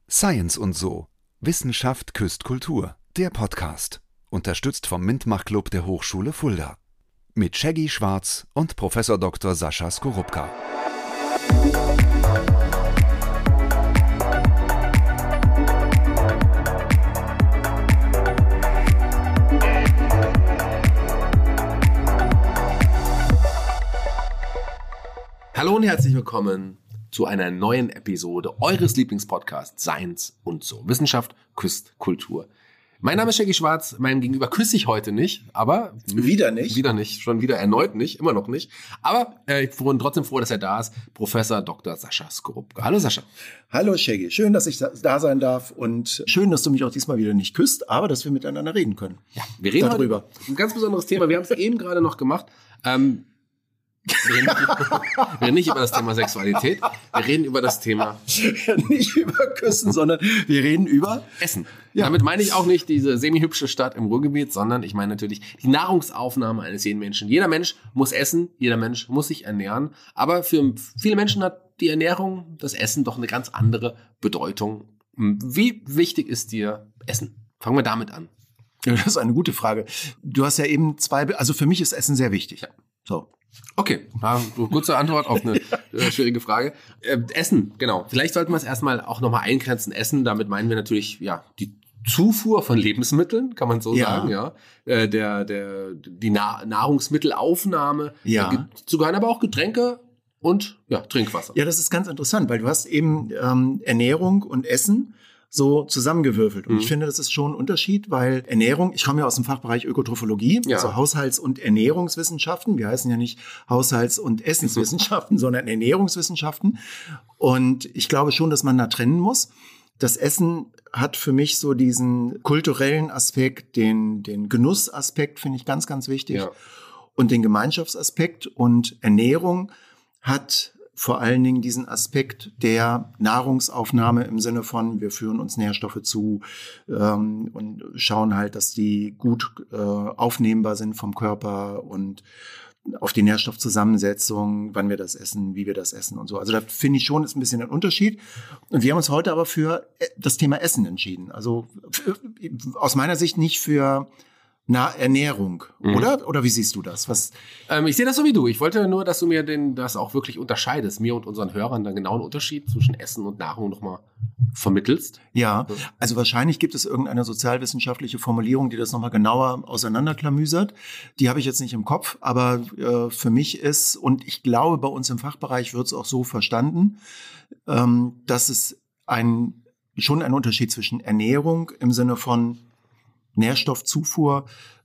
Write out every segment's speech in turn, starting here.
Science und so. Wissenschaft küsst Kultur. Der Podcast. Unterstützt vom Mintmach-Club der Hochschule Fulda. Mit Shaggy Schwarz und Prof. Dr. Sascha Skorupka. Hallo und herzlich willkommen zu einer neuen Episode eures Lieblingspodcasts Science und so. Wissenschaft küsst Kultur. Mein Name ist Shaggy Schwarz, meinem Gegenüber küsse ich heute nicht, aber... Wieder nicht, schon wieder erneut nicht, immer noch nicht. Aber ich bin trotzdem froh, dass er da ist, Professor Dr. Sascha Skorupka. Hallo Sascha. Hallo Shaggy, schön, dass ich da sein darf und schön, dass du mich auch diesmal wieder nicht küsst, aber dass wir miteinander reden können. Ja, wir reden darüber. Heute ein ganz besonderes Thema, wir haben es eben gerade noch gemacht. Wir reden nicht über das Thema Sexualität, wir reden über das Thema... Nicht über Küssen, sondern wir reden über... Essen. Ja. Damit meine ich auch nicht diese semi-hübsche Stadt im Ruhrgebiet, sondern ich meine natürlich die Nahrungsaufnahme eines jeden Menschen. Jeder Mensch muss essen, jeder Mensch muss sich ernähren, aber für viele Menschen hat die Ernährung, das Essen doch eine ganz andere Bedeutung. Wie wichtig ist dir Essen? Fangen wir damit an. Ja, das ist eine gute Frage. Du hast ja eben also für mich ist Essen sehr wichtig. Ja. So. Okay, kurze Antwort auf eine schwierige Frage. Essen, genau. Vielleicht sollten wir es erstmal auch nochmal eingrenzen. Essen, damit meinen wir natürlich ja die Zufuhr von Lebensmitteln, kann man so sagen, ja. Die Nahrungsmittelaufnahme. Ja. Dazu gehören aber auch Getränke und Trinkwasser. Ja, das ist ganz interessant, weil du hast eben Ernährung und Essen so zusammengewürfelt. Und ich finde, das ist schon ein Unterschied, weil Ernährung, ich komme ja aus dem Fachbereich Ökotrophologie, also Haushalts- und Ernährungswissenschaften. Wir heißen ja nicht Haushalts- und Essenswissenschaften, sondern Ernährungswissenschaften. Und ich glaube schon, dass man da trennen muss. Das Essen hat für mich so diesen kulturellen Aspekt, den Genussaspekt finde ich ganz, ganz wichtig. Ja. Und den Gemeinschaftsaspekt. Und Ernährung hat vor allen Dingen diesen Aspekt der Nahrungsaufnahme im Sinne von, wir führen uns Nährstoffe zu und schauen halt, dass die gut aufnehmbar sind vom Körper und auf die Nährstoffzusammensetzung, wann wir das essen, wie wir das essen und so. Also da finde ich schon, ist ein bisschen ein Unterschied. Und wir haben uns heute aber für das Thema Essen entschieden. Also aus meiner Sicht nicht für Ernährung, oder? Oder wie siehst du das? Ich sehe das so wie du. Ich wollte nur, dass du mir das auch wirklich unterscheidest, mir und unseren Hörern den genauen Unterschied zwischen Essen und Nahrung nochmal vermittelst. Ja, also wahrscheinlich gibt es irgendeine sozialwissenschaftliche Formulierung, die das nochmal genauer auseinanderklamüsert. Die habe ich jetzt nicht im Kopf, aber für mich ist, und ich glaube, bei uns im Fachbereich wird es auch so verstanden, dass es schon ein Unterschied zwischen Ernährung im Sinne von Nährstoffzufuhr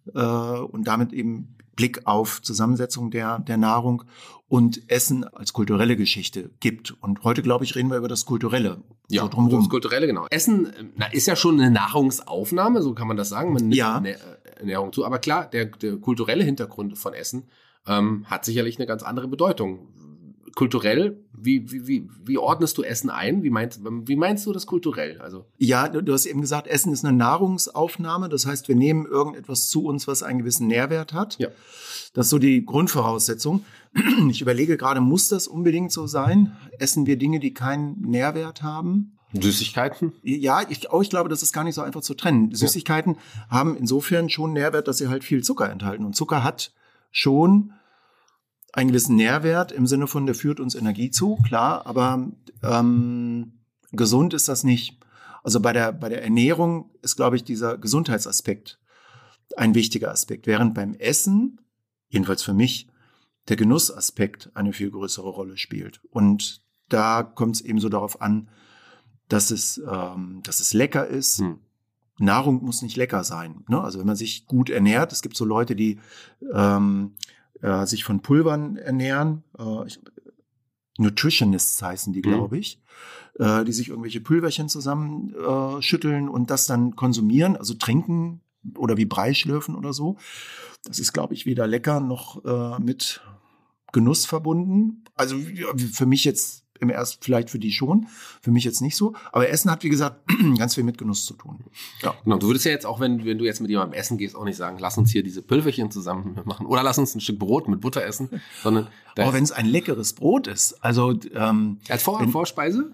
und damit eben Blick auf Zusammensetzung der Nahrung und Essen als kulturelle Geschichte gibt. Und heute, glaube ich, reden wir über das Kulturelle. Ja, so drumherum. Das Kulturelle, genau. Essen ist ja schon eine Nahrungsaufnahme, so kann man das sagen. Man nimmt Ernährung zu. Aber klar, der kulturelle Hintergrund von Essen hat sicherlich eine ganz andere Bedeutung. Kulturell, wie ordnest du Essen ein? Wie meinst du das kulturell? Also ja, du hast eben gesagt, Essen ist eine Nahrungsaufnahme. Das heißt, wir nehmen irgendetwas zu uns, was einen gewissen Nährwert hat. Ja. Das ist so die Grundvoraussetzung. Ich überlege gerade, muss das unbedingt so sein? Essen wir Dinge, die keinen Nährwert haben? Süßigkeiten? Ja, ich glaube, das ist gar nicht so einfach zu trennen. Ja. Süßigkeiten haben insofern schon Nährwert, dass sie halt viel Zucker enthalten. Und Zucker hat schon einen gewissen Nährwert im Sinne von, der führt uns Energie zu, klar, aber gesund ist das nicht. Also bei der Ernährung ist, glaube ich, dieser Gesundheitsaspekt ein wichtiger Aspekt, während beim Essen, jedenfalls für mich, der Genussaspekt eine viel größere Rolle spielt. Und da kommt es eben so darauf an, dass es lecker ist. Nahrung muss nicht lecker sein, ne? Also wenn man sich gut ernährt, es gibt so Leute, die sich von Pulvern ernähren. Nutritionists heißen die, glaube ich, die sich irgendwelche Pülverchen zusammenschütteln und das dann konsumieren, also trinken oder wie Brei schlürfen oder so. Das ist, glaube ich, weder lecker noch mit Genuss verbunden. Also für mich jetzt vielleicht für die schon, für mich jetzt nicht so. Aber Essen hat, wie gesagt, ganz viel mit Genuss zu tun. Ja. Genau, du würdest ja jetzt auch, wenn du jetzt mit jemandem essen gehst, auch nicht sagen, lass uns hier diese Pülverchen zusammen machen oder lass uns ein Stück Brot mit Butter essen, sondern... Aber wenn es ein leckeres Brot ist, also... Als Vorspeise?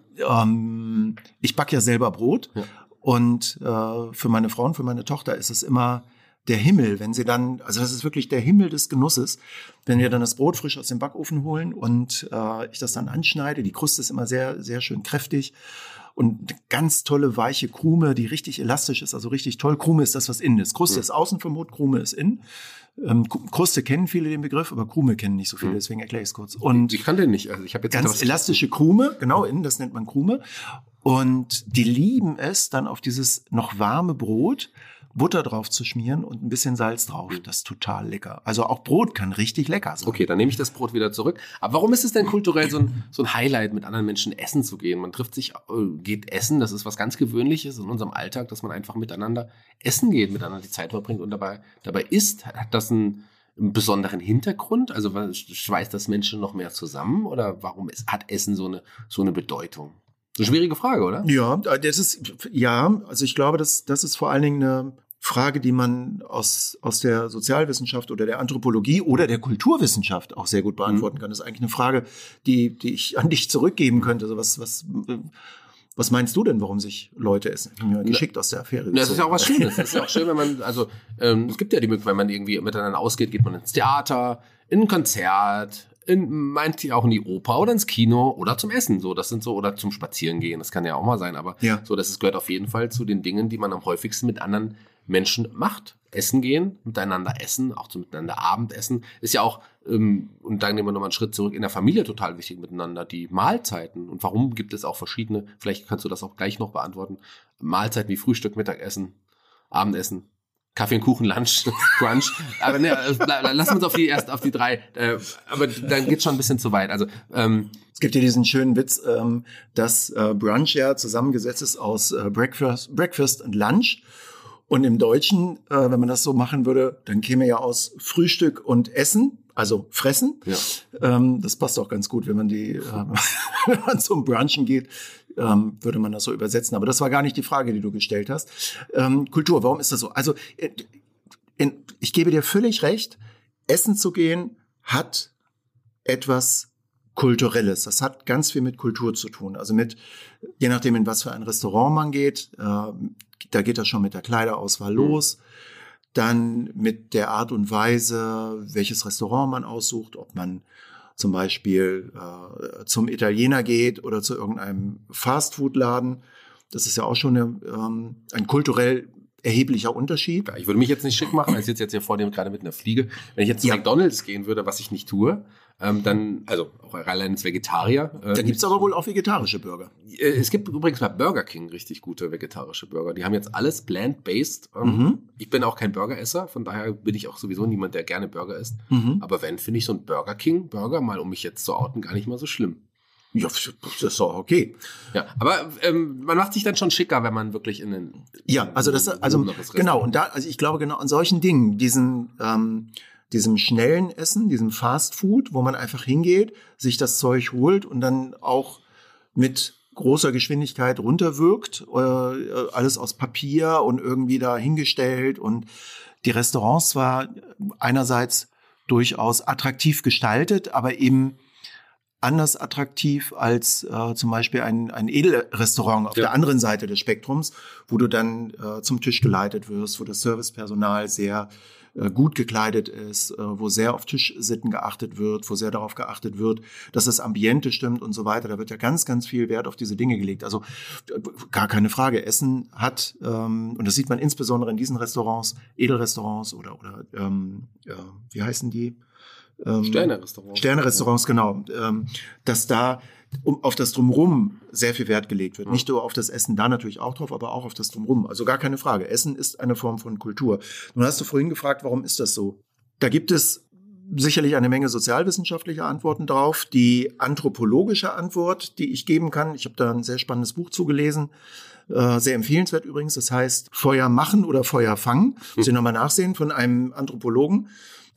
Ich backe ja selber Brot und für meine Frau und für meine Tochter ist es immer der Himmel, wenn sie dann, also das ist wirklich der Himmel des Genusses, wenn wir dann das Brot frisch aus dem Backofen holen und ich das dann anschneide. Die Kruste ist immer sehr, sehr schön kräftig und ganz tolle, weiche Krume, die richtig elastisch ist, also richtig toll. Krume ist das, was innen ist. Kruste ist außen vom Brot, Krume ist innen. Kruste kennen viele den Begriff, aber Krume kennen nicht so viele, deswegen erkläre ich es kurz. Und ich kann den nicht. Also ich habe jetzt ganz elastische Krume, genau, innen, das nennt man Krume. Und die lieben es, dann auf dieses noch warme Brot Butter drauf zu schmieren und ein bisschen Salz drauf. Das ist total lecker. Also auch Brot kann richtig lecker sein. Okay, dann nehme ich das Brot wieder zurück. Aber warum ist es denn kulturell so ein Highlight, mit anderen Menschen essen zu gehen? Man trifft sich, geht essen, das ist was ganz Gewöhnliches in unserem Alltag, dass man einfach miteinander essen geht, miteinander die Zeit verbringt und dabei isst. Hat das einen besonderen Hintergrund? Also schweißt das Menschen noch mehr zusammen? Oder warum hat Essen so eine Bedeutung? Eine schwierige Frage, oder? Ja, also ich glaube, das ist vor allen Dingen eine Frage, die man aus der Sozialwissenschaft oder der Anthropologie oder der Kulturwissenschaft auch sehr gut beantworten kann. Das ist eigentlich eine Frage, die ich an dich zurückgeben könnte. Also was meinst du denn, warum sich Leute essen? Ich bin ja geschickt aus der Affäre. Das ist ja auch was Schönes. Das ist ja auch schön, wenn man, es gibt ja die Möglichkeit, wenn man irgendwie miteinander ausgeht, geht man ins Theater, in ein Konzert, meint ihr auch in die Oper oder ins Kino oder zum Essen, so, das sind so, oder zum Spazierengehen, das kann ja auch mal sein, aber so, das gehört auf jeden Fall zu den Dingen, die man am häufigsten mit anderen Menschen macht. Essen gehen, miteinander essen, auch so miteinander Abendessen, ist ja auch, und dann nehmen wir nochmal einen Schritt zurück, in der Familie total wichtig miteinander, die Mahlzeiten. Und warum gibt es auch verschiedene, vielleicht kannst du das auch gleich noch beantworten, Mahlzeiten wie Frühstück, Mittagessen, Abendessen, Kaffee und Kuchen, Lunch, Brunch. Aber ne, lassen wir uns erst auf die drei. Aber dann geht's schon ein bisschen zu weit. Also es gibt ja diesen schönen Witz, dass Brunch ja zusammengesetzt ist aus Breakfast und Lunch. Und im Deutschen, wenn man das so machen würde, dann käme ja aus Frühstück und Essen, also Fressen. Ja. Das passt auch ganz gut, wenn man wenn man zum Brunchen geht, würde man das so übersetzen. Aber das war gar nicht die Frage, die du gestellt hast. Kultur, warum ist das so? Also ich gebe dir völlig recht, essen zu gehen hat etwas Kulturelles. Das hat ganz viel mit Kultur zu tun. Also je nachdem, in was für ein Restaurant man geht, da geht das schon mit der Kleiderauswahl los. Dann mit der Art und Weise, welches Restaurant man aussucht, ob man zum Beispiel zum Italiener geht oder zu irgendeinem Fastfood-Laden. Das ist ja auch schon ein kulturell erheblicher Unterschied. Ja, ich würde mich jetzt nicht schick machen, als jetzt hier vor dem gerade mit einer Fliege. Wenn ich jetzt zu McDonald's gehen würde, was ich nicht tue, dann, also auch allein als Vegetarier. Da gibt's aber wohl auch vegetarische Burger. Es gibt übrigens bei Burger King richtig gute vegetarische Burger. Die haben jetzt alles plant-based. Ich bin auch kein Burgeresser, von daher bin ich auch sowieso niemand, der gerne Burger isst. Aber finde ich so ein Burger King Burger, mal um mich jetzt zu outen, gar nicht mal so schlimm. Ja, das ist doch okay. Ja, aber man macht sich dann schon schicker, wenn man wirklich in den genau, und ich glaube genau an solchen Dingen, diesem schnellen Essen, diesem Fast Food, wo man einfach hingeht, sich das Zeug holt und dann auch mit großer Geschwindigkeit runterwirkt, alles aus Papier und irgendwie da hingestellt, und die Restaurants zwar einerseits durchaus attraktiv gestaltet, aber eben anders attraktiv als zum Beispiel ein Edelrestaurant auf der anderen Seite des Spektrums, wo du dann zum Tisch geleitet wirst, wo das Servicepersonal sehr gut gekleidet ist, wo sehr auf Tischsitten geachtet wird, wo sehr darauf geachtet wird, dass das Ambiente stimmt und so weiter. Da wird ja ganz, ganz viel Wert auf diese Dinge gelegt. Also gar keine Frage. Essen hat, und das sieht man insbesondere in diesen Restaurants, Edelrestaurants oder wie heißen die? Sterne-Restaurants, genau. Dass da auf das Drumherum sehr viel Wert gelegt wird. Nicht nur auf das Essen, da natürlich auch drauf, aber auch auf das Drumherum. Also gar keine Frage. Essen ist eine Form von Kultur. Nun hast du vorhin gefragt, warum ist das so? Da gibt es sicherlich eine Menge sozialwissenschaftlicher Antworten drauf. Die anthropologische Antwort, die ich geben kann, ich habe da ein sehr spannendes Buch zugelesen, sehr empfehlenswert übrigens, das heißt Feuer machen oder Feuer fangen. Muss ich nochmal nachsehen, von einem Anthropologen.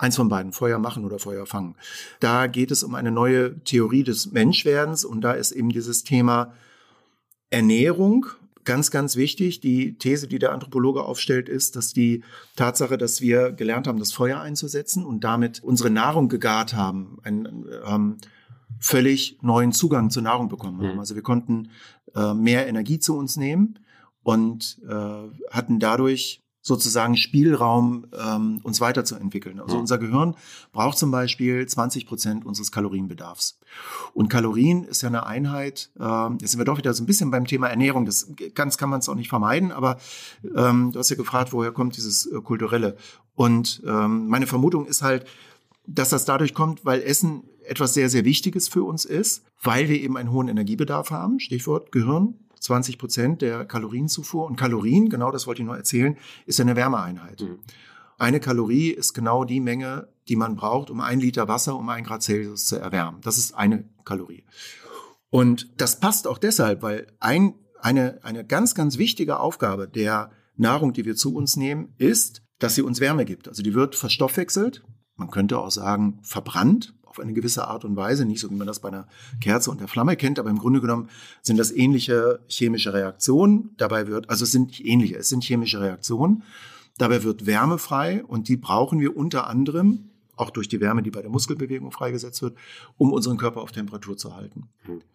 Eins von beiden, Feuer machen oder Feuer fangen. Da geht es um eine neue Theorie des Menschwerdens und da ist eben dieses Thema Ernährung ganz, ganz wichtig. Die These, die der Anthropologe aufstellt, ist, dass die Tatsache, dass wir gelernt haben, das Feuer einzusetzen und damit unsere Nahrung gegart haben, einen völlig neuen Zugang zur Nahrung bekommen haben. Also wir konnten mehr Energie zu uns nehmen und hatten dadurch sozusagen Spielraum, uns weiterzuentwickeln. Also unser Gehirn braucht zum Beispiel 20% unseres Kalorienbedarfs. Und Kalorien ist ja eine Einheit, jetzt sind wir doch wieder so ein bisschen beim Thema Ernährung, ganz kann man es auch nicht vermeiden, aber du hast ja gefragt, woher kommt dieses Kulturelle? Und meine Vermutung ist halt, dass das dadurch kommt, weil Essen etwas sehr, sehr Wichtiges für uns ist, weil wir eben einen hohen Energiebedarf haben, Stichwort Gehirn. 20% der Kalorienzufuhr. Und Kalorien, genau das wollte ich noch erzählen, ist eine Wärmeeinheit. Eine Kalorie ist genau die Menge, die man braucht, um 1 Liter Wasser um 1 Grad Celsius zu erwärmen. Das ist eine Kalorie. Und das passt auch deshalb, weil eine ganz, ganz wichtige Aufgabe der Nahrung, die wir zu uns nehmen, ist, dass sie uns Wärme gibt. Also die wird verstoffwechselt. Man könnte auch sagen, verbrannt. Auf eine gewisse Art und Weise, nicht so wie man das bei einer Kerze und der Flamme kennt, aber im Grunde genommen sind das ähnliche chemische Reaktionen. Es sind chemische Reaktionen. Dabei wird Wärme frei und die brauchen wir unter anderem, auch durch die Wärme, die bei der Muskelbewegung freigesetzt wird, um unseren Körper auf Temperatur zu halten.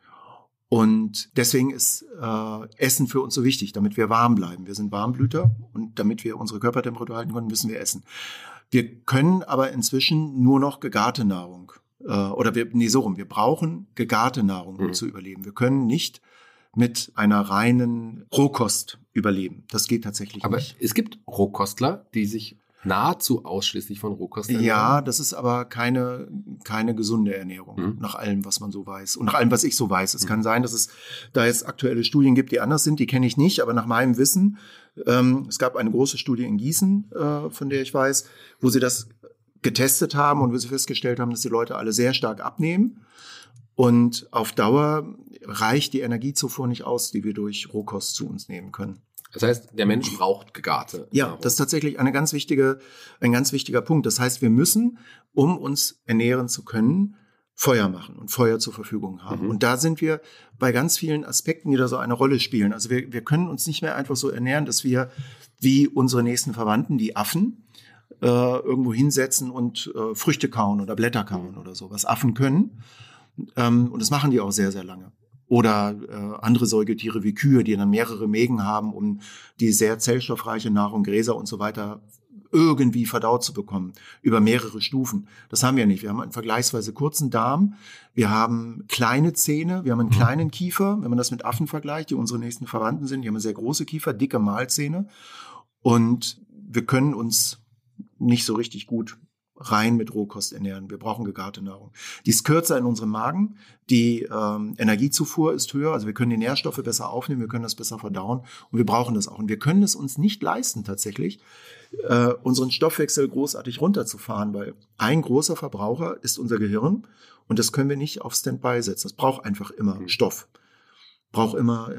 Und deswegen ist Essen für uns so wichtig, damit wir warm bleiben. Wir sind Warmblüter und damit wir unsere Körpertemperatur halten können, müssen wir essen. Wir können aber inzwischen nur noch gegarte Nahrung wir brauchen gegarte Nahrung, um zu überleben. Wir können nicht mit einer reinen Rohkost überleben. Das geht tatsächlich nicht. Aber es gibt Rohkostler, die sich nahezu ausschließlich von Rohkost ernähren. Ja, das ist aber keine gesunde Ernährung, nach allem, was man so weiß und nach allem, was ich so weiß. Es kann sein, dass es da jetzt aktuelle Studien gibt, die anders sind, die kenne ich nicht, aber nach meinem Wissen, es gab eine große Studie in Gießen, von der ich weiß, wo sie das getestet haben und wo sie festgestellt haben, dass die Leute alle sehr stark abnehmen. Und auf Dauer reicht die Energiezufuhr nicht aus, die wir durch Rohkost zu uns nehmen können. Das heißt, der Mensch braucht gegarte. Ja, das ist tatsächlich ein ganz wichtiger Punkt. Das heißt, wir müssen, um uns ernähren zu können, Feuer machen und Feuer zur Verfügung haben. Und da sind wir bei ganz vielen Aspekten, die da so eine Rolle spielen. Also wir können uns nicht mehr einfach so ernähren, dass wir wie unsere nächsten Verwandten, die Affen, irgendwo hinsetzen und Früchte kauen oder Blätter kauen oder so, was Affen können. Und das machen die auch sehr, sehr lange. Oder andere Säugetiere wie Kühe, die dann mehrere Mägen haben, um die sehr zellstoffreiche Nahrung, Gräser und so weiter irgendwie verdaut zu bekommen, über mehrere Stufen. Das haben wir nicht. Wir haben einen vergleichsweise kurzen Darm, wir haben kleine Zähne, wir haben einen kleinen Kiefer, wenn man das mit Affen vergleicht, die unsere nächsten Verwandten sind, die haben eine sehr große Kiefer, dicke Mahlzähne und wir können uns nicht so richtig gut rein mit Rohkost ernähren. Wir brauchen gegarte Nahrung. Die ist kürzer in unserem Magen, die Energiezufuhr ist höher, also wir können die Nährstoffe besser aufnehmen, wir können das besser verdauen und wir brauchen das auch. Und wir können es uns nicht leisten tatsächlich, unseren Stoffwechsel großartig runterzufahren, weil ein großer Verbraucher ist unser Gehirn und das können wir nicht auf Standby setzen. Das braucht einfach immer Stoff, braucht immer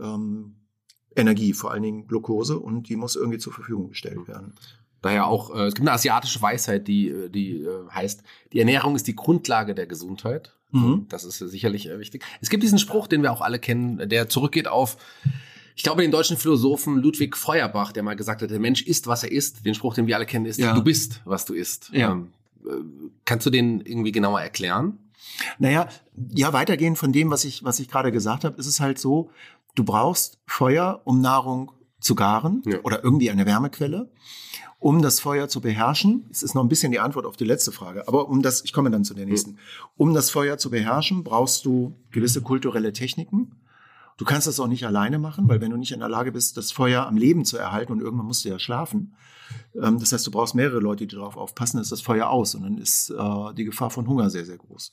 Energie, vor allen Dingen Glucose und die muss irgendwie zur Verfügung gestellt werden. Daher auch, es gibt eine asiatische Weisheit, die heißt, die Ernährung ist die Grundlage der Gesundheit. Das ist sicherlich wichtig. Es gibt diesen Spruch, den wir auch alle kennen, der zurückgeht auf, ich glaube, den deutschen Philosophen Ludwig Feuerbach, der mal gesagt hat, der Mensch isst, was er isst. Den Spruch, den wir alle kennen, ist, du bist, was du isst. Ja. Kannst du den irgendwie genauer erklären? Naja, weitergehend von dem, was ich gerade gesagt habe, ist es halt so, du brauchst Feuer, um Nahrung zu garen oder irgendwie eine Wärmequelle. Um das Feuer zu beherrschen, es ist noch ein bisschen die Antwort auf die letzte Frage, aber ich komme dann zu der nächsten. Um das Feuer zu beherrschen, brauchst du gewisse kulturelle Techniken. Du kannst das auch nicht alleine machen, weil wenn du nicht in der Lage bist, das Feuer am Leben zu erhalten und irgendwann musst du ja schlafen, das heißt, du brauchst mehrere Leute, die darauf aufpassen, dann ist das Feuer aus und dann ist die Gefahr von Hunger sehr, sehr groß.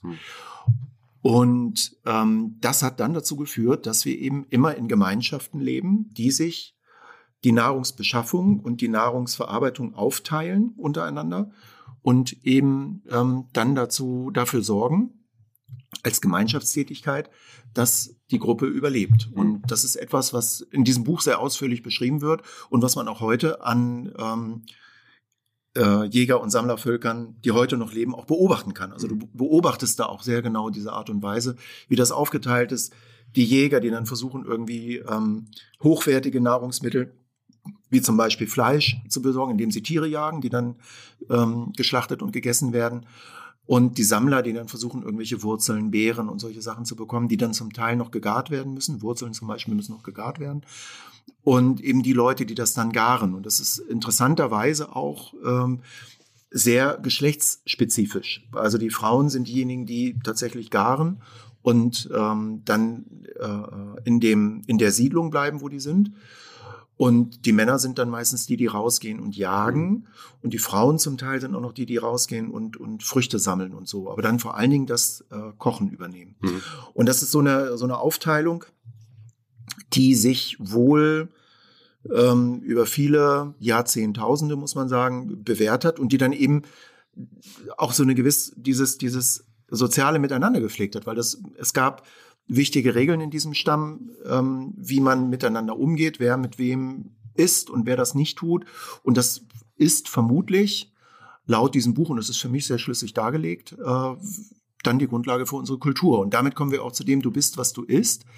Und das hat dann dazu geführt, dass wir eben immer in Gemeinschaften leben, die sich die Nahrungsbeschaffung und die Nahrungsverarbeitung aufteilen untereinander und eben dann dafür sorgen, als Gemeinschaftstätigkeit, dass die Gruppe überlebt. Und das ist etwas, was in diesem Buch sehr ausführlich beschrieben wird und was man auch heute an Jäger- und Sammlervölkern, die heute noch leben, auch beobachten kann. Also du beobachtest da auch sehr genau diese Art und Weise, wie das aufgeteilt ist. Die Jäger, die dann versuchen, irgendwie hochwertige Nahrungsmittel, wie zum Beispiel Fleisch, zu besorgen, indem sie Tiere jagen, die dann geschlachtet und gegessen werden. Und die Sammler, die dann versuchen, irgendwelche Wurzeln, Beeren und solche Sachen zu bekommen, die dann zum Teil noch gegart werden müssen. Wurzeln zum Beispiel müssen noch gegart werden. Und eben die Leute, die das dann garen. Und das ist interessanterweise auch sehr geschlechtsspezifisch. Also die Frauen sind diejenigen, die tatsächlich garen und dann in der Siedlung bleiben, wo die sind. Und die Männer sind dann meistens die rausgehen und jagen. Und die Frauen zum Teil sind auch noch die rausgehen und Früchte sammeln und so. Aber dann vor allen Dingen das Kochen übernehmen. Mhm. Und das ist so eine Aufteilung, die sich wohl über viele Jahrzehntausende, muss man sagen, bewährt hat und die dann eben auch so eine dieses soziale Miteinander gepflegt hat, weil es gab wichtige Regeln in diesem Stamm, wie man miteinander umgeht, wer mit wem isst und wer das nicht tut. Und das ist vermutlich laut diesem Buch, und das ist für mich sehr schlüssig dargelegt, dann die Grundlage für unsere Kultur. Und damit kommen wir auch zu dem, du bist, was du isst.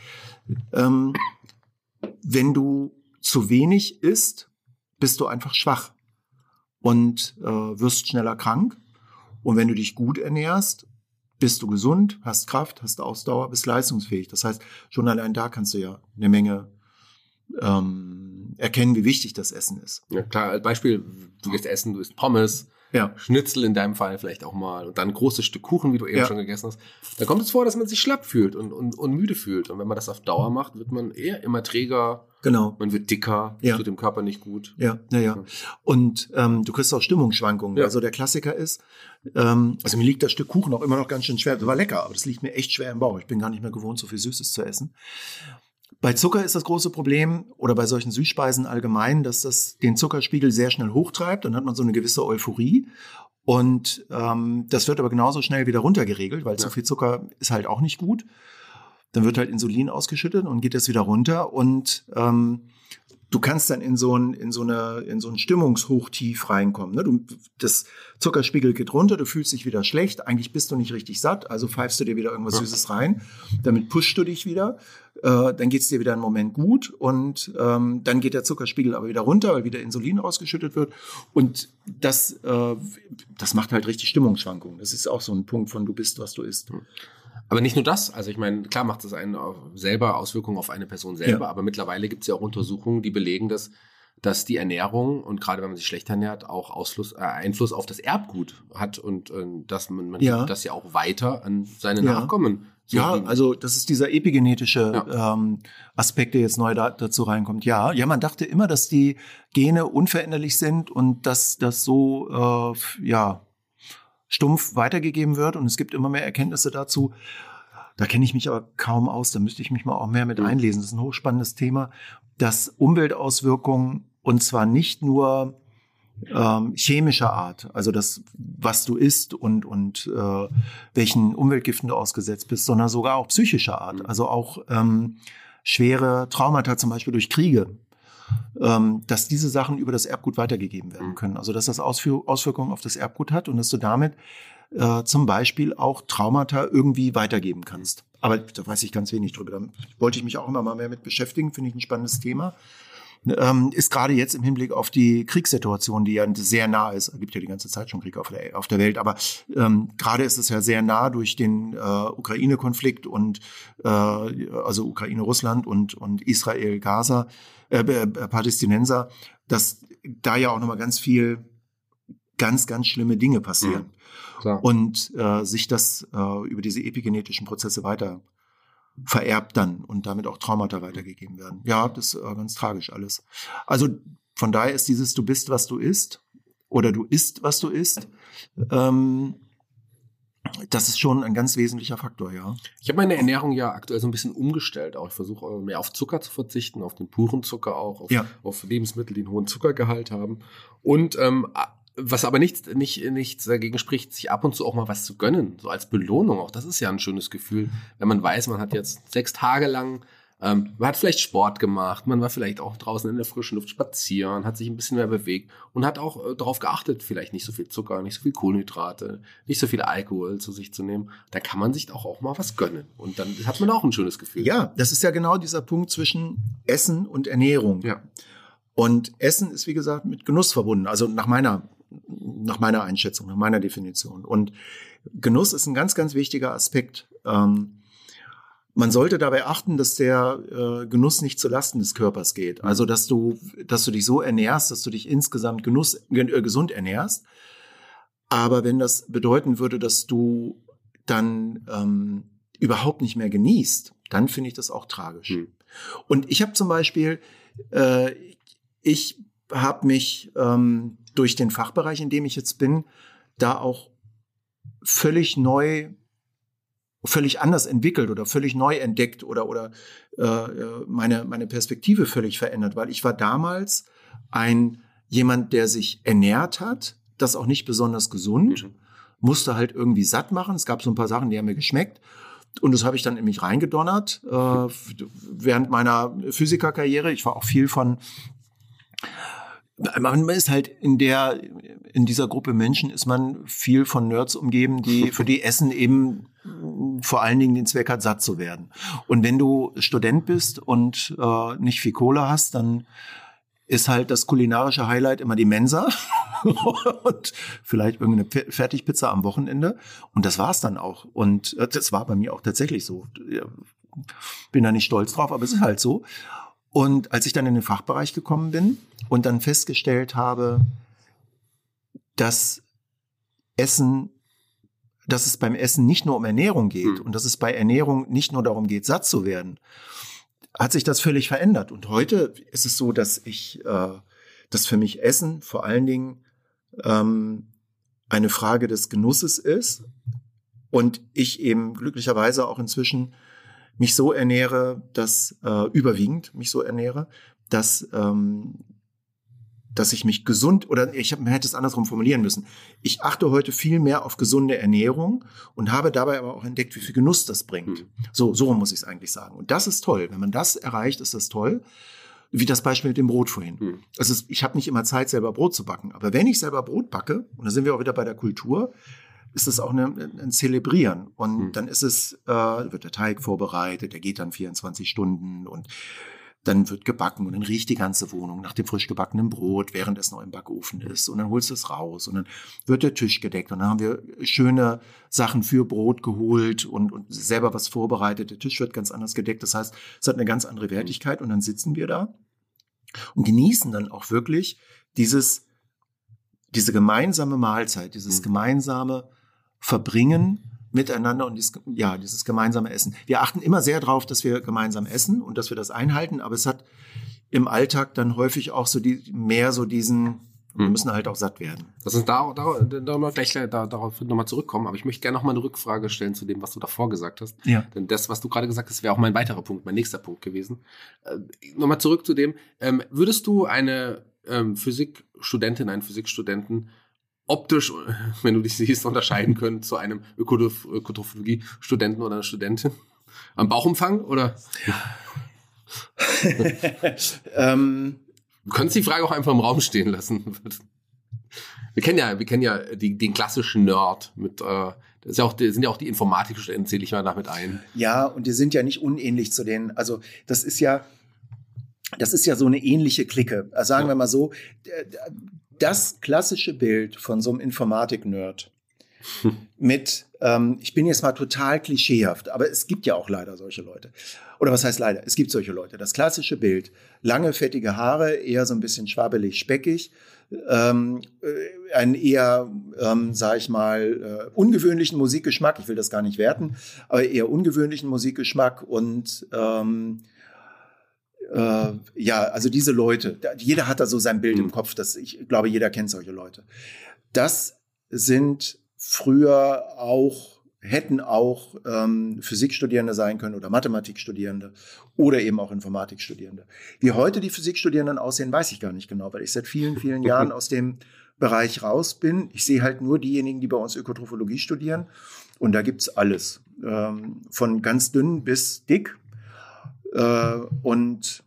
Wenn du zu wenig isst, bist du einfach schwach und wirst schneller krank. Und wenn du dich gut ernährst, bist du gesund, hast Kraft, hast Ausdauer, bist leistungsfähig. Das heißt, schon allein da kannst du ja eine Menge erkennen, wie wichtig das Essen ist. Ja klar, als Beispiel, du gehst essen, du isst Pommes, Schnitzel in deinem Fall vielleicht auch mal und dann ein großes Stück Kuchen, wie du eben schon gegessen hast. Da kommt es vor, dass man sich schlapp fühlt und müde fühlt. Und wenn man das auf Dauer macht, wird man eher immer träger. Genau. Man wird dicker, tut dem Körper nicht gut. Ja. Und du kriegst auch Stimmungsschwankungen. Ja. Also der Klassiker ist, also mir liegt das Stück Kuchen auch immer noch ganz schön schwer. Das war lecker, aber das liegt mir echt schwer im Bauch. Ich bin gar nicht mehr gewohnt, so viel Süßes zu essen. Bei Zucker ist das große Problem, oder bei solchen Süßspeisen allgemein, dass das den Zuckerspiegel sehr schnell hochtreibt. Dann hat man so eine gewisse Euphorie. Und das wird aber genauso schnell wieder runtergeregelt, weil zu viel Zucker ist halt auch nicht gut. Dann wird halt Insulin ausgeschüttet und geht das wieder runter. Und du kannst dann in so ein Stimmungshochtief reinkommen. Ne? Das Zuckerspiegel geht runter, du fühlst dich wieder schlecht. Eigentlich bist du nicht richtig satt, also pfeifst du dir wieder irgendwas Süßes rein. Damit pushst du dich wieder. Dann geht's dir wieder einen Moment gut und dann geht der Zuckerspiegel aber wieder runter, weil wieder Insulin ausgeschüttet wird. Und das macht halt richtig Stimmungsschwankungen. Das ist auch so ein Punkt von du bist, was du isst. Aber nicht nur das, also ich meine, klar macht das einen selber Auswirkungen auf eine Person selber, aber mittlerweile gibt es ja auch Untersuchungen, die belegen, dass die Ernährung und gerade wenn man sich schlecht ernährt, auch Einfluss auf das Erbgut hat und dass man das ja auch weiter an seine Nachkommen. Also das ist dieser epigenetische Aspekt, der jetzt neu dazu reinkommt. Ja, man dachte immer, dass die Gene unveränderlich sind und dass das so stumpf weitergegeben wird und es gibt immer mehr Erkenntnisse dazu. Da kenne ich mich aber kaum aus, da müsste ich mich mal auch mehr mit einlesen. Das ist ein hochspannendes Thema, dass Umweltauswirkungen, und zwar nicht nur chemischer Art, also das, was du isst und welchen Umweltgiften du ausgesetzt bist, sondern sogar auch psychischer Art, also auch schwere Traumata, zum Beispiel durch Kriege, dass diese Sachen über das Erbgut weitergegeben werden können. Also dass das Auswirkungen auf das Erbgut hat und dass du damit zum Beispiel auch Traumata irgendwie weitergeben kannst. Aber da weiß ich ganz wenig drüber. Da wollte ich mich auch immer mal mehr mit beschäftigen, finde ich ein spannendes Thema. Ist gerade jetzt im Hinblick auf die Kriegssituation, die ja sehr nah ist. Es gibt ja die ganze Zeit schon Krieg auf der Welt, aber gerade ist es ja sehr nah durch den Ukraine-Konflikt und also Ukraine-Russland und Israel-Gaza, Palästinenser, dass da ja auch nochmal ganz viel, ganz, ganz schlimme Dinge passieren. Klar. Und sich das über diese epigenetischen Prozesse weiter vererbt dann und damit auch Traumata weitergegeben werden. Ja, das ist ganz tragisch alles. Also von daher ist dieses du bist, was du isst oder du isst, was du isst, das ist schon ein ganz wesentlicher Faktor, ja. Ich habe meine Ernährung ja aktuell so ein bisschen umgestellt. Auch ich versuche mehr auf Zucker zu verzichten, auf den puren Zucker auch, auf Lebensmittel, die einen hohen Zuckergehalt haben. Und was aber nichts dagegen spricht, sich ab und zu auch mal was zu gönnen, so als Belohnung. Auch das ist ja ein schönes Gefühl, wenn man weiß, man hat jetzt 6 Tage lang Man hat vielleicht Sport gemacht, man war vielleicht auch draußen in der frischen Luft spazieren, hat sich ein bisschen mehr bewegt und hat auch darauf geachtet, vielleicht nicht so viel Zucker, nicht so viel Kohlenhydrate, nicht so viel Alkohol zu sich zu nehmen. Da kann man sich auch mal was gönnen und dann hat man auch ein schönes Gefühl. Ja, das ist ja genau dieser Punkt zwischen Essen und Ernährung. Ja. Und Essen ist, wie gesagt, mit Genuss verbunden, also nach meiner Einschätzung, nach meiner Definition. Und Genuss ist ein ganz, ganz wichtiger Aspekt. Man sollte dabei achten, dass der Genuss nicht zu Lasten des Körpers geht. Also, dass du dich so ernährst, dass du dich insgesamt gesund ernährst. Aber wenn das bedeuten würde, dass du dann überhaupt nicht mehr genießt, dann finde ich das auch tragisch. Und ich habe zum Beispiel, ich habe mich durch den Fachbereich, in dem ich jetzt bin, da auch völlig anders entwickelt oder völlig neu entdeckt oder meine Perspektive völlig verändert, weil ich war damals jemand, der sich ernährt hat, das auch nicht besonders gesund, musste halt irgendwie satt machen. Es gab so ein paar Sachen, die haben mir geschmeckt und das habe ich dann in mich reingedonnert während meiner Physikerkarriere. Ich war auch viel man ist halt in dieser Gruppe Menschen ist man viel von Nerds umgeben, für die Essen eben vor allen Dingen den Zweck hat, satt zu werden. Und wenn du Student bist und nicht viel Kohle hast, dann ist halt das kulinarische Highlight immer die Mensa und vielleicht irgendeine Fertigpizza am Wochenende. Und das war's dann auch. Und das war bei mir auch tatsächlich so. Bin da nicht stolz drauf, aber es ist halt so. Und als ich dann in den Fachbereich gekommen bin und dann festgestellt habe, dass es beim Essen nicht nur um Ernährung geht und dass es bei Ernährung nicht nur darum geht, satt zu werden, hat sich das völlig verändert. Und heute ist es so, dass dass für mich Essen vor allen Dingen eine Frage des Genusses ist und ich eben glücklicherweise auch inzwischen mich so ernähre, überwiegend mich so ernähre, dass ich mich gesund, oder man hätte es andersrum formulieren müssen. Ich achte heute viel mehr auf gesunde Ernährung und habe dabei aber auch entdeckt, wie viel Genuss das bringt. So muss ich es eigentlich sagen. Und das ist toll. Wenn man das erreicht, ist das toll. Wie das Beispiel mit dem Brot vorhin. Ich habe nicht immer Zeit, selber Brot zu backen. Aber wenn ich selber Brot backe, und da sind wir auch wieder bei der Kultur, ist es auch ein Zelebrieren. Und dann wird der Teig vorbereitet, der geht dann 24 Stunden und dann wird gebacken und dann riecht die ganze Wohnung nach dem frisch gebackenen Brot, während es noch im Backofen ist. Und dann holst du es raus und dann wird der Tisch gedeckt und dann haben wir schöne Sachen für Brot geholt und selber was vorbereitet. Der Tisch wird ganz anders gedeckt. Das heißt, es hat eine ganz andere Wertigkeit und dann sitzen wir da und genießen dann auch wirklich diese gemeinsame Mahlzeit, dieses gemeinsame Verbringen miteinander und dieses gemeinsame Essen. Wir achten immer sehr darauf, dass wir gemeinsam essen und dass wir das einhalten, aber es hat im Alltag dann häufig auch wir müssen halt auch satt werden. Lass uns darauf nochmal zurückkommen, aber ich möchte gerne nochmal eine Rückfrage stellen zu dem, was du davor gesagt hast. Ja. Denn das, was du gerade gesagt hast, wäre auch mein weiterer Punkt, mein nächster Punkt gewesen. Nochmal zurück zu dem, würdest du eine Physikstudentin, einen Physikstudenten optisch, wenn du dich siehst, unterscheiden können zu einem Ökotrophologie-Studenten oder einer Studentin? Am Bauchumfang oder? Du könntest die Frage auch einfach im Raum stehen lassen. Wir kennen ja den klassischen Nerd mit, sind ja auch die Informatikstudenten, zähle ich mal damit ein. Ja, und die sind ja nicht unähnlich zu denen. Also das ist ja so eine ähnliche Clique. Also sagen wir mal so, das klassische Bild von so einem Informatik-Nerd mit, ich bin jetzt mal total klischeehaft, aber es gibt ja auch leider solche Leute. Oder was heißt leider? Es gibt solche Leute. Das klassische Bild, lange, fettige Haare, eher so ein bisschen schwabbelig, speckig, einen eher, sag ich mal, ungewöhnlichen Musikgeschmack, ich will das gar nicht werten, aber eher ungewöhnlichen Musikgeschmack und also diese Leute, jeder hat da so sein Bild im Kopf, ich glaube, jeder kennt solche Leute. Das sind früher hätten auch Physikstudierende sein können oder Mathematikstudierende oder eben auch Informatikstudierende. Wie heute die Physikstudierenden aussehen, weiß ich gar nicht genau, weil ich seit vielen, vielen Jahren aus dem Bereich raus bin. Ich sehe halt nur diejenigen, die bei uns Ökotrophologie studieren und da gibt's alles. Von ganz dünn bis dick. Und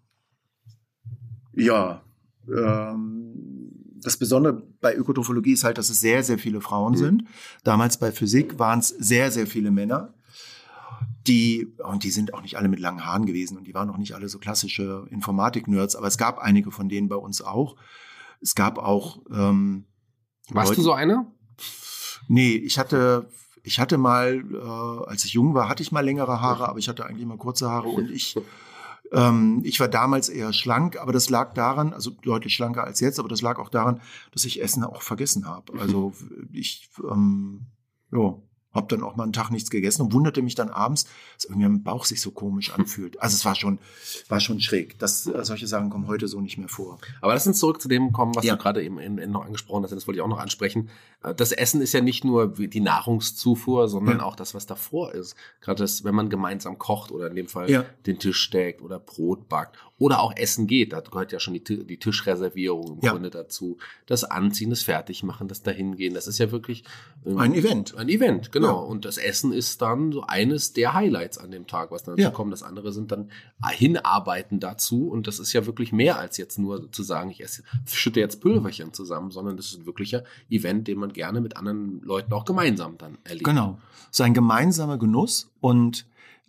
ja, das Besondere bei Ökotrophologie ist halt, dass es sehr, sehr viele Frauen sind. Damals bei Physik waren es sehr, sehr viele Männer. Und die sind auch nicht alle mit langen Haaren gewesen und die waren auch nicht alle so klassische Informatik-Nerds, aber es gab einige von denen bei uns auch. Es gab auch Warst du so einer? Nee, ich hatte mal, als ich jung war, hatte ich mal längere Haare, aber ich hatte eigentlich mal kurze Haare und ich war damals eher schlank, aber das lag daran, also deutlich schlanker als jetzt, aber das lag auch daran, dass ich Essen auch vergessen habe. Also ich habe dann auch mal einen Tag nichts gegessen und wunderte mich dann abends, dass irgendwie mein Bauch sich so komisch anfühlt. Also es war schon schräg. Solche Sachen kommen heute so nicht mehr vor. Aber lass uns zurück zu dem kommen, was du gerade eben noch angesprochen hast. Das wollte ich auch noch ansprechen. Das Essen ist ja nicht nur die Nahrungszufuhr, sondern auch das, was davor ist. Gerade das, wenn man gemeinsam kocht oder in dem Fall den Tisch deckt oder Brot backt oder auch essen geht. Da gehört ja schon die Tischreservierung im Grunde dazu. Das Anziehen, das Fertigmachen, das Dahingehen. Das ist ja wirklich ein Event. Ein Event, genau. Ja. Und das Essen ist dann so eines der Highlights an dem Tag, was dann dazu kommt. Das andere sind dann Hinarbeiten dazu. Und das ist ja wirklich mehr als jetzt nur zu sagen, ich schütte jetzt Pülverchen zusammen, sondern das ist ein wirklicher Event, den man gerne mit anderen Leuten auch gemeinsam dann erlebt. Genau. So ein gemeinsamer Genuss. Und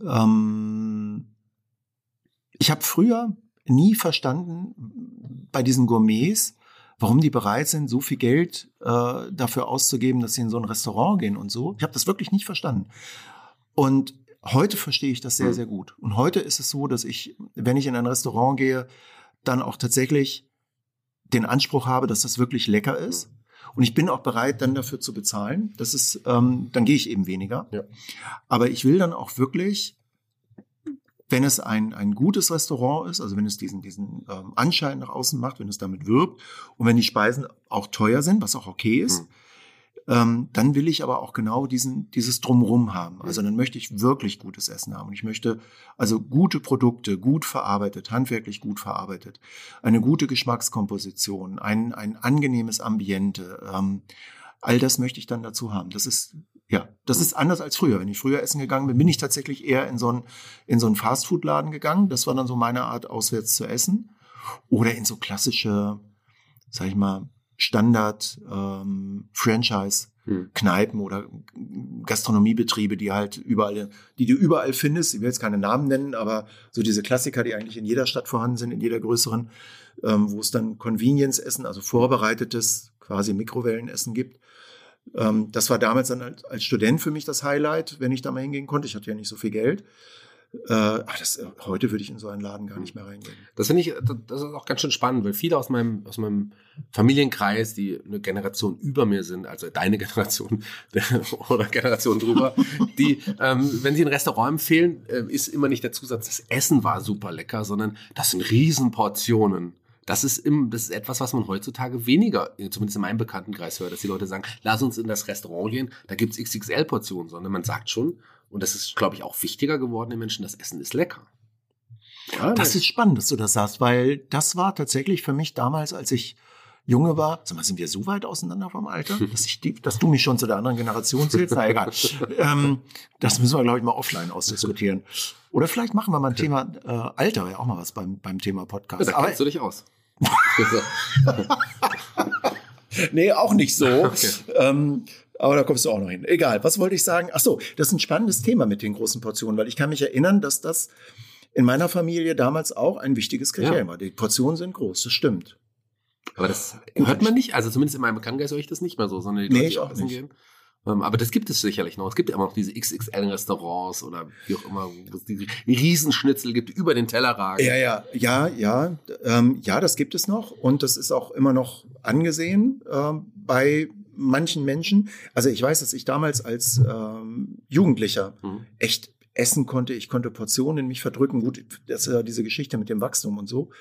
ich habe früher nie verstanden bei diesen Gourmets, warum die bereit sind, so viel Geld dafür auszugeben, dass sie in so ein Restaurant gehen und so. Ich habe das wirklich nicht verstanden. Und heute verstehe ich das sehr, sehr gut. Und heute ist es so, dass ich, wenn ich in ein Restaurant gehe, dann auch tatsächlich den Anspruch habe, dass das wirklich lecker ist. Und ich bin auch bereit, dann dafür zu bezahlen. Das ist, dann gehe ich eben weniger. Ja. Aber ich will dann auch wirklich, wenn es ein gutes Restaurant ist, also wenn es diesen Anschein nach außen macht, wenn es damit wirbt und wenn die Speisen auch teuer sind, was auch okay ist, dann will ich aber auch genau dieses Drumherum haben. Also dann möchte ich wirklich gutes Essen haben. Und ich möchte also gute Produkte, gut verarbeitet, handwerklich gut verarbeitet, eine gute Geschmackskomposition, ein angenehmes Ambiente. All das möchte ich dann dazu haben. Das ist anders als früher. Wenn ich früher essen gegangen bin, bin ich tatsächlich eher in so einen Fastfood-Laden gegangen. Das war dann so meine Art, auswärts zu essen. Oder in so klassische, sag ich mal, Standard Franchise-Kneipen oder Gastronomiebetriebe, die du überall findest. Ich will jetzt keine Namen nennen, aber so diese Klassiker, die eigentlich in jeder Stadt vorhanden sind, in jeder größeren, wo es dann Convenience-Essen, also vorbereitetes, quasi Mikrowellenessen gibt. Das war damals dann als Student für mich das Highlight, wenn ich da mal hingehen konnte. Ich hatte ja nicht so viel Geld. Heute würde ich in so einen Laden gar nicht mehr reingehen. Das finde ich, das ist auch ganz schön spannend, weil viele aus meinem Familienkreis, die eine Generation über mir sind, also deine Generation oder Generation drüber, die, wenn sie ein Restaurant empfehlen, ist immer nicht der Zusatz, das Essen war super lecker, sondern das sind Riesenportionen. Das ist etwas, was man heutzutage weniger, zumindest in meinem Bekanntenkreis hört, dass die Leute sagen, lass uns in das Restaurant gehen, da gibt's XXL-Portionen, sondern man sagt schon, und das ist, glaube ich, auch wichtiger geworden den Menschen, das Essen ist lecker. Ja, das ist spannend, dass du das sagst, weil das war tatsächlich für mich damals, als ich Junge war, sag mal, sind wir so weit auseinander vom Alter, dass du mich schon zu der anderen Generation zählst? Na egal. Das müssen wir, glaube ich, mal offline ausdiskutieren. Oder vielleicht machen wir mal ein Thema Alter, wäre auch mal was beim Thema Podcast. Ja, da kennst du dich aus. Nee, auch nicht so. Okay. Aber da kommst du auch noch hin. Egal, was wollte ich sagen? Ach so, das ist ein spannendes Thema mit den großen Portionen, weil ich kann mich erinnern, dass das in meiner Familie damals auch ein wichtiges Kriterium war. Die Portionen sind groß, das stimmt. Aber das hört man nicht, also zumindest in meinem Bekanntenkreis höre ich das nicht mehr so, sondern die Leute, die auch essen gehen. Aber das gibt es sicherlich noch. Es gibt immer noch diese XXL-Restaurants oder wie auch immer, wo es die Riesenschnitzel gibt, die über den Teller ragen. Ja, das gibt es noch. Und das ist auch immer noch angesehen bei manchen Menschen. Also ich weiß, dass ich damals als Jugendlicher echt essen konnte. Ich konnte Portionen in mich verdrücken. Gut, das ist ja diese Geschichte mit dem Wachstum und so.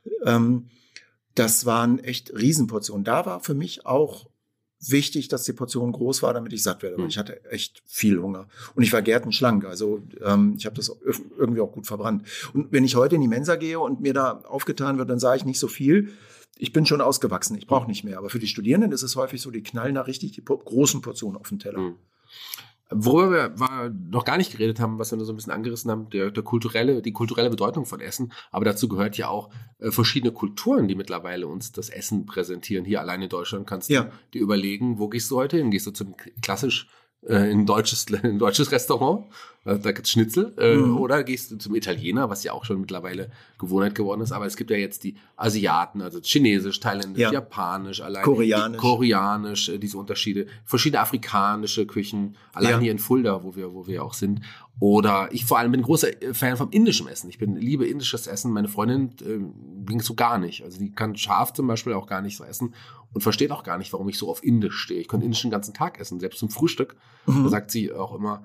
Das waren echt Riesenportionen. Da war für mich auch wichtig, dass die Portion groß war, damit ich satt werde. Weil ich hatte echt viel Hunger. Und ich war gärtenschlank. Also ich habe das irgendwie auch gut verbrannt. Und wenn ich heute in die Mensa gehe und mir da aufgetan wird, dann sage ich nicht so viel. Ich bin schon ausgewachsen. Ich brauche nicht mehr. Aber für die Studierenden ist es häufig so, die knallen da richtig die großen Portionen auf den Teller. Worüber wir noch gar nicht geredet haben, was wir nur so ein bisschen angerissen haben, die kulturelle Bedeutung von Essen. Aber dazu gehört ja auch verschiedene Kulturen, die mittlerweile uns das Essen präsentieren. Hier allein in Deutschland kannst du dir überlegen, wo gehst du heute hin? Gehst du zum klassisch ein deutsches Restaurant, da gibt's Schnitzel, oder gehst du zum Italiener, was ja auch schon mittlerweile Gewohnheit geworden ist, aber es gibt ja jetzt die Asiaten, also Chinesisch, Thailändisch, Japanisch, allein Koreanisch, diese Unterschiede, verschiedene afrikanische Küchen, allein hier in Fulda, wo wir auch sind. Oder ich vor allem bin großer Fan vom indischen Essen. Ich liebe indisches Essen. Meine Freundin ging so gar nicht. Also die kann scharf zum Beispiel auch gar nicht so essen und versteht auch gar nicht, warum ich so auf Indisch stehe. Ich könnte Indisch den ganzen Tag essen, selbst zum Frühstück. Da sagt sie auch immer,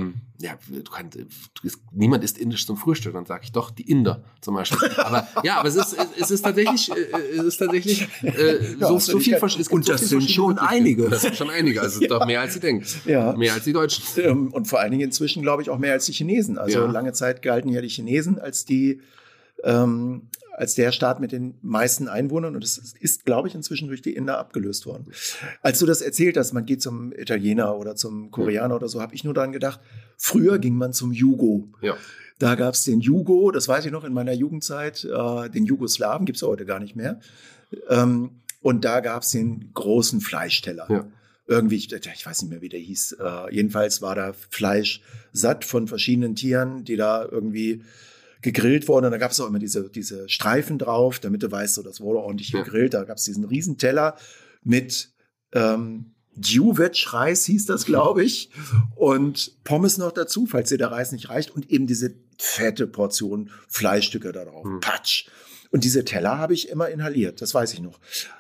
niemand isst Indisch zum Frühstück. Dann sage ich doch, die Inder zum Beispiel. Aber es ist tatsächlich so viel verschieden. Und das sind schon einige. Das sind schon einige. Also doch mehr als sie denken. Ja. Mehr als die Deutschen. Und vor allen Dingen inzwischen, glaube ich, auch mehr als die Chinesen. Also lange Zeit galten ja die Chinesen als der Staat mit den meisten Einwohnern. Und das ist, glaube ich, inzwischen durch die Inder abgelöst worden. Als du das erzählt hast, man geht zum Italiener oder zum Koreaner oder so, habe ich nur daran gedacht, früher ging man zum Jugo. Ja. Da gab es den Jugo, das weiß ich noch in meiner Jugendzeit, den Jugoslawen, gibt es heute gar nicht mehr. Und da gab es den großen Fleischteller. Ja. Irgendwie, ich weiß nicht mehr, wie der hieß. Jedenfalls war da Fleisch satt von verschiedenen Tieren, die da irgendwie gegrillt wurden. Und da gab es auch immer diese Streifen drauf, damit du weißt, so, das wurde ordentlich gegrillt. Da gab es diesen riesen Teller mit Djuvec-Reis hieß das, glaube ich. Und Pommes noch dazu, falls dir der Reis nicht reicht. Und eben diese fette Portion Fleischstücke da drauf. Patsch. Und diese Teller habe ich immer inhaliert, das weiß ich noch.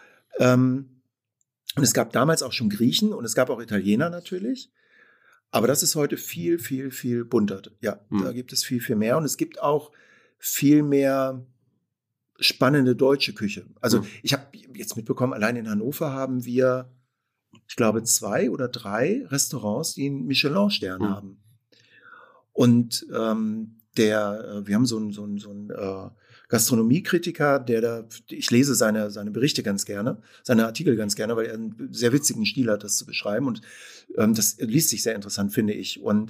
Und es gab damals auch schon Griechen und es gab auch Italiener natürlich. Aber das ist heute viel, viel, viel bunter. Ja, da gibt es viel, viel mehr. Und es gibt auch viel mehr spannende deutsche Küche. Also ich habe jetzt mitbekommen, allein in Hannover haben wir, ich glaube, 2 oder 3 Restaurants, die einen Michelin-Stern haben. Und wir haben so einen Gastronomiekritiker, ich lese seine Berichte ganz gerne, seine Artikel ganz gerne, weil er einen sehr witzigen Stil hat, das zu beschreiben. Und das liest sich sehr interessant, finde ich. Und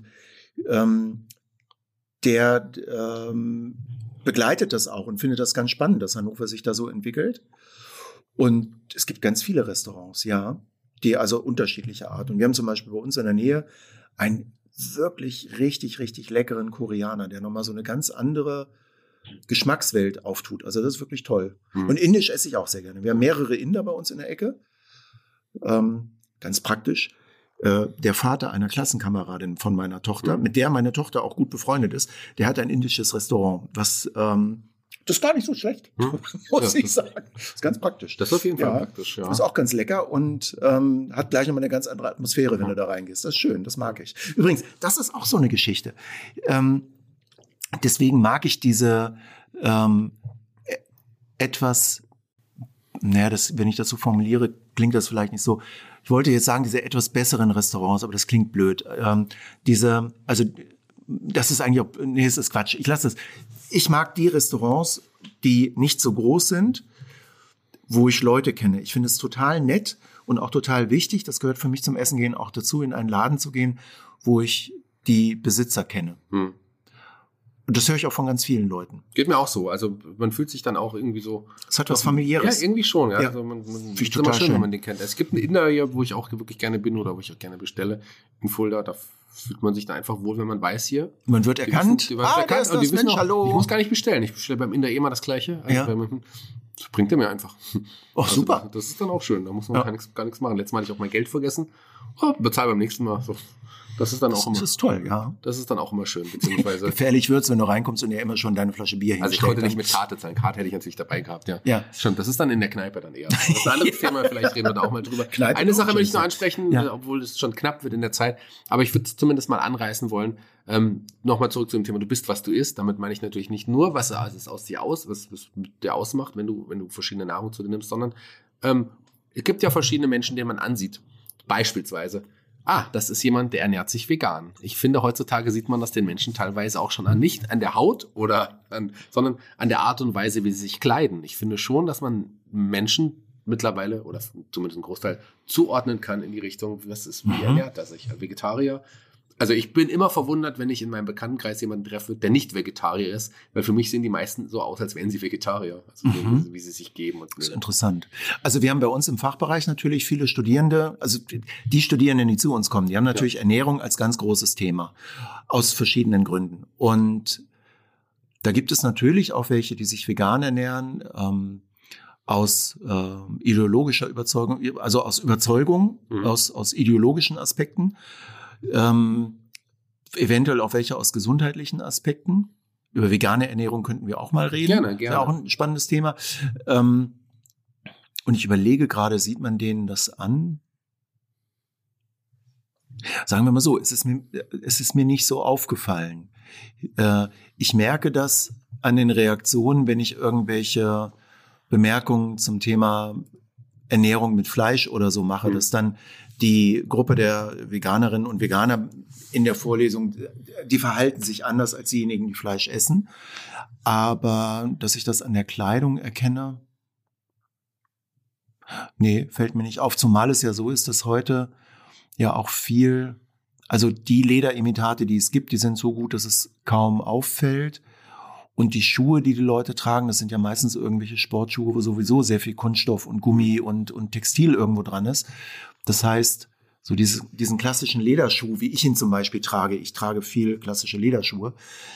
der begleitet das auch und findet das ganz spannend, dass Hannover sich da so entwickelt. Und es gibt ganz viele Restaurants, die also unterschiedlicher Art. Und wir haben zum Beispiel bei uns in der Nähe einen wirklich richtig, richtig leckeren Koreaner, der nochmal so eine ganz andere Geschmackswelt auftut. Also das ist wirklich toll. Und Indisch esse ich auch sehr gerne. Wir haben mehrere Inder bei uns in der Ecke. Ganz praktisch. Der Vater einer Klassenkameradin von meiner Tochter, mit der meine Tochter auch gut befreundet ist, der hat ein indisches Restaurant, was das ist gar nicht so schlecht, muss ich sagen. Das ist ganz praktisch. Das ist auf jeden Fall praktisch, Ist auch ganz lecker und hat gleich nochmal eine ganz andere Atmosphäre, wenn du da reingehst. Das ist schön, das mag ich. Übrigens, das ist auch so eine Geschichte. Deswegen mag ich diese wenn ich das so formuliere, klingt das vielleicht nicht so. Ich wollte jetzt sagen, diese etwas besseren Restaurants, aber das klingt blöd. Das ist eigentlich es ist Quatsch. Ich lasse es. Ich mag die Restaurants, die nicht so groß sind, wo ich Leute kenne. Ich finde es total nett und auch total wichtig. Das gehört für mich zum Essen gehen auch dazu, in einen Laden zu gehen, wo ich die Besitzer kenne. Und das höre ich auch von ganz vielen Leuten. Geht mir auch so. Also man fühlt sich dann auch irgendwie so. Es hat was Familiäres. Ja, irgendwie schon. Ja. Also man finde ich total schön, wenn man den kennt. Es gibt einen Inder hier, wo ich auch wirklich gerne bin oder wo ich auch gerne bestelle. In Fulda, da fühlt man sich da einfach wohl, wenn man weiß hier. Man wird erkannt. Hallo. Ich muss gar nicht bestellen. Ich bestelle beim Inder immer das Gleiche. Das bringt er mir einfach. Oh, super. Also, das ist dann auch schön. Da muss man gar nichts machen. Letztes Mal hatte ich auch mein Geld vergessen. Bezahl beim nächsten Mal. So. Das ist dann auch immer. Das ist toll, ja. Das ist dann auch immer schön, beziehungsweise. Gefährlich wird's, wenn du reinkommst und dir immer schon deine Flasche Bier hinstellst. Also ich konnte nicht mit Karte zahlen. Karte hätte ich natürlich dabei gehabt, ja. Stimmt, das ist dann in der Kneipe dann eher. Das ist ein anderes Thema, vielleicht reden wir da auch mal drüber. Eine Sache will ich noch ansprechen, obwohl es schon knapp wird in der Zeit. Aber ich würde es zumindest mal anreißen wollen. Nochmal zurück zu dem Thema, du bist, was du isst. Damit meine ich natürlich nicht nur, was es aus dir was mit dir ausmacht, wenn du verschiedene Nahrung zu dir nimmst, sondern es gibt ja verschiedene Menschen, denen man ansieht. Beispielsweise, das ist jemand, der ernährt sich vegan. Ich finde, heutzutage sieht man das den Menschen teilweise auch schon nicht an der Haut sondern an der Art und Weise, wie sie sich kleiden. Ich finde schon, dass man Menschen mittlerweile oder zumindest einen Großteil zuordnen kann in die Richtung, wie ernährt er sich? Vegetarier Also ich bin immer verwundert, wenn ich in meinem Bekanntenkreis jemanden treffe, der nicht Vegetarier ist, weil für mich sehen die meisten so aus, als wären sie Vegetarier, also wie sie sich geben. Und das ist interessant. Also wir haben bei uns im Fachbereich natürlich viele Studierende, also die Studierenden, die zu uns kommen, die haben natürlich Ernährung als ganz großes Thema, aus verschiedenen Gründen. Und da gibt es natürlich auch welche, die sich vegan ernähren, aus ideologischer Überzeugung, also aus Überzeugung, aus ideologischen Aspekten. Eventuell auch welche aus gesundheitlichen Aspekten. Über vegane Ernährung könnten wir auch mal reden. Gerne. Das ist ja auch ein spannendes Thema. Und ich überlege gerade, sieht man denen das an? Sagen wir mal so, es ist mir nicht so aufgefallen. Ich merke das an den Reaktionen, wenn ich irgendwelche Bemerkungen zum Thema Ernährung mit Fleisch oder so mache, dass dann die Gruppe der Veganerinnen und Veganer in der Vorlesung, die verhalten sich anders als diejenigen, die Fleisch essen. Aber dass ich das an der Kleidung erkenne, nee, fällt mir nicht auf. Zumal es ja so ist, dass heute ja auch viel, also die Lederimitate, die es gibt, die sind so gut, dass es kaum auffällt. Und die Schuhe, die Leute tragen, das sind ja meistens irgendwelche Sportschuhe, wo sowieso sehr viel Kunststoff und Gummi und Textil irgendwo dran ist. Das heißt, so diesen klassischen Lederschuh, wie ich ihn zum Beispiel trage, ich trage viel klassische Lederschuhe,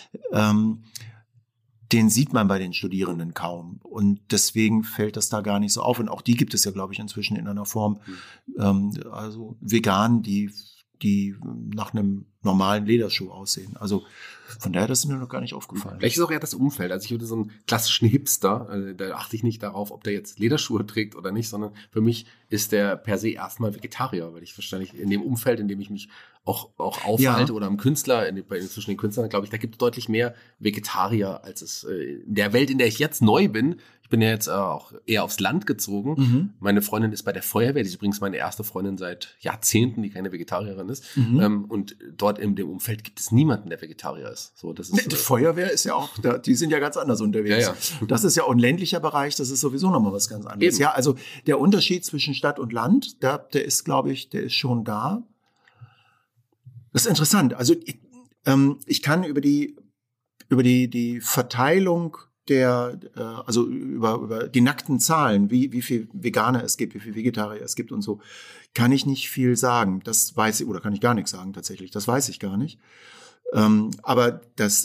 den sieht man bei den Studierenden kaum. Und deswegen fällt das da gar nicht so auf. Und auch die gibt es ja, glaube ich, inzwischen in einer Form, also vegan, die nach einem normalen Lederschuh aussehen. Also von daher, das ist mir noch gar nicht aufgefallen. Vielleicht ist auch eher das Umfeld. Also ich würde so einen klassischen Hipster, also da achte ich nicht darauf, ob der jetzt Lederschuhe trägt oder nicht, sondern für mich ist der per se erstmal Vegetarier, weil ich wahrscheinlich in dem Umfeld, in dem ich mich auch aufhalte oder am Künstler, zwischen den Künstlern, glaube ich, da gibt es deutlich mehr Vegetarier, als es in der Welt, in der ich jetzt neu bin. Ich bin ja jetzt auch eher aufs Land gezogen. Meine Freundin ist bei der Feuerwehr, die ist übrigens meine erste Freundin seit Jahrzehnten, die keine Vegetarierin ist. Und dort in dem Umfeld gibt es niemanden, der Vegetarier ist. So, das ist die Feuerwehr ist ja auch, die sind ja ganz anders unterwegs. Ja. Das ist ja auch ein ländlicher Bereich, das ist sowieso nochmal was ganz anderes. Eben. Ja, also der Unterschied zwischen Stadt und Land, der ist, glaube ich, der ist schon da. Das ist interessant. Also ich kann über die Verteilung also über die nackten Zahlen, wie viel Veganer es gibt, wie viel Vegetarier es gibt und so, kann ich nicht viel sagen. Das weiß ich, oder kann ich gar nichts sagen tatsächlich. Das weiß ich gar nicht. Aber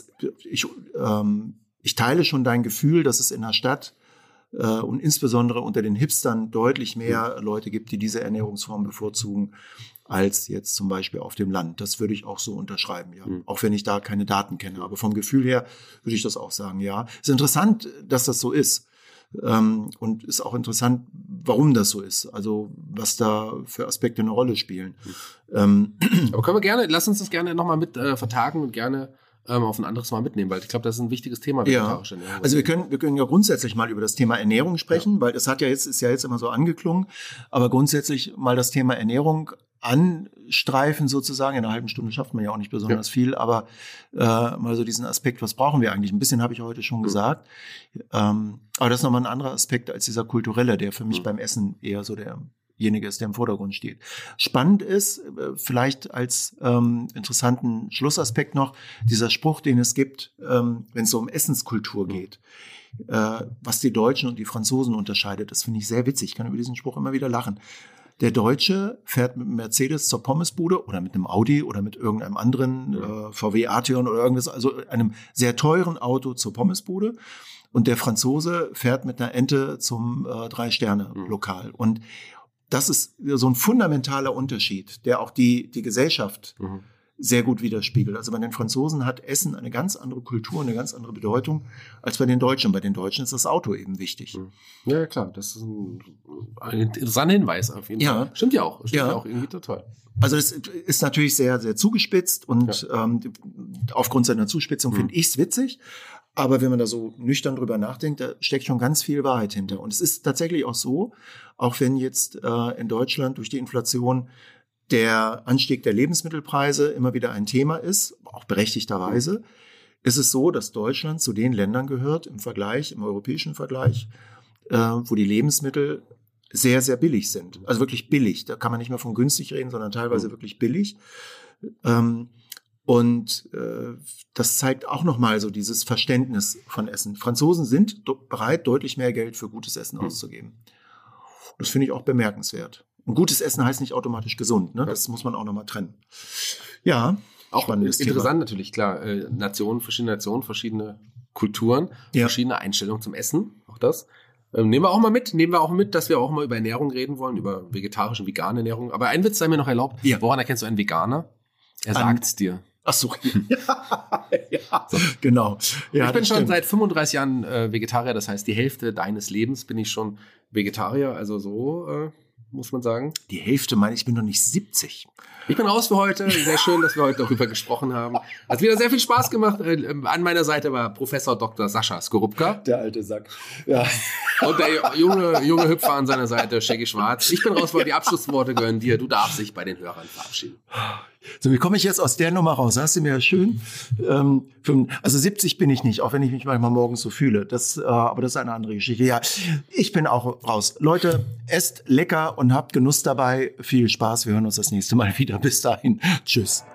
ich teile schon dein Gefühl, dass es in der Stadt und insbesondere unter den Hipstern deutlich mehr Leute gibt, die diese Ernährungsform bevorzugen, als jetzt zum Beispiel auf dem Land. Das würde ich auch so unterschreiben, ja. Auch wenn ich da keine Daten kenne. Aber vom Gefühl her würde ich das auch sagen, ja. Es ist interessant, dass das so ist. Und ist auch interessant, warum das so ist. Also was da für Aspekte eine Rolle spielen. Aber können wir gerne, lass uns das gerne nochmal mit vertagen und gerne auf ein anderes Mal mitnehmen, weil ich glaube, das ist ein wichtiges Thema, vegetarische Ernährung. Also wir können ja grundsätzlich mal über das Thema Ernährung sprechen, weil das ist ja jetzt immer so angeklungen, aber grundsätzlich mal das Thema Ernährung anstreifen sozusagen. In einer halben Stunde schafft man ja auch nicht besonders viel, aber mal so diesen Aspekt, was brauchen wir eigentlich? Ein bisschen habe ich heute schon gesagt. Aber das ist nochmal ein anderer Aspekt als dieser kulturelle, der für mich beim Essen eher so derjenige ist, der im Vordergrund steht. Spannend ist, vielleicht als interessanten Schlussaspekt noch, dieser Spruch, den es gibt, wenn es so um Essenskultur geht, was die Deutschen und die Franzosen unterscheidet. Das finde ich sehr witzig. Ich kann über diesen Spruch immer wieder lachen. Der Deutsche fährt mit einem Mercedes zur Pommesbude oder mit einem Audi oder mit irgendeinem anderen VW Arteon oder irgendwas, also einem sehr teuren Auto zur Pommesbude. Und der Franzose fährt mit einer Ente zum 3-Sterne-Lokal. Und das ist so ein fundamentaler Unterschied, der auch die Gesellschaft sehr gut widerspiegelt. Also bei den Franzosen hat Essen eine ganz andere Kultur, eine ganz andere Bedeutung als bei den Deutschen. Bei den Deutschen ist das Auto eben wichtig. Ja, klar, das ist ein interessanter Hinweis auf jeden Fall. Stimmt ja auch. Stimmt ja auch irgendwie total. Also es ist natürlich sehr, sehr zugespitzt und aufgrund seiner Zuspitzung finde ich es witzig. Aber wenn man da so nüchtern drüber nachdenkt, da steckt schon ganz viel Wahrheit hinter. Und es ist tatsächlich auch so, auch wenn jetzt in Deutschland durch die Inflation der Anstieg der Lebensmittelpreise immer wieder ein Thema ist, auch berechtigterweise, ist es so, dass Deutschland zu den Ländern gehört im europäischen Vergleich, wo die Lebensmittel sehr, sehr billig sind. Also wirklich billig. Da kann man nicht mehr von günstig reden, sondern teilweise wirklich billig. Und das zeigt auch nochmal so dieses Verständnis von Essen. Franzosen sind bereit, deutlich mehr Geld für gutes Essen auszugeben. Das finde ich auch bemerkenswert. Und gutes Essen heißt nicht automatisch gesund. Ne? Das muss man auch nochmal trennen. Ja, auch interessant Thema. Natürlich, klar. Verschiedene Kulturen, verschiedene Einstellungen zum Essen. Auch das. Nehmen wir auch mal mit, dass wir auch mal über Ernährung reden wollen, über vegetarische und vegane Ernährung. Aber ein Witz sei mir noch erlaubt. Ja. Woran erkennst du einen Veganer? Er sagt's dir. Ach so. Ja, so. Genau. Ja, ich bin schon seit 35 Jahren Vegetarier. Das heißt, die Hälfte deines Lebens bin ich schon Vegetarier. Also so muss man sagen. Die Hälfte ich bin noch nicht 70. Ich bin raus für heute. Sehr schön, dass wir heute darüber gesprochen haben. Hat wieder sehr viel Spaß gemacht. An meiner Seite war Professor Dr. Sascha Skorupka. Der alte Sack. Ja. Und der junge Hüpfer an seiner Seite, Shaggy Schwarz. Ich bin raus, weil die Abschlussworte gehören dir. Du darfst dich bei den Hörern verabschieden. So, wie komme ich jetzt aus der Nummer raus? Hast du mir ja schön. Also 70 bin ich nicht, auch wenn ich mich manchmal morgens so fühle. Aber das ist eine andere Geschichte. Ja, ich bin auch raus. Leute, esst lecker und habt Genuss dabei. Viel Spaß. Wir hören uns das nächste Mal wieder. Bis dahin. Tschüss.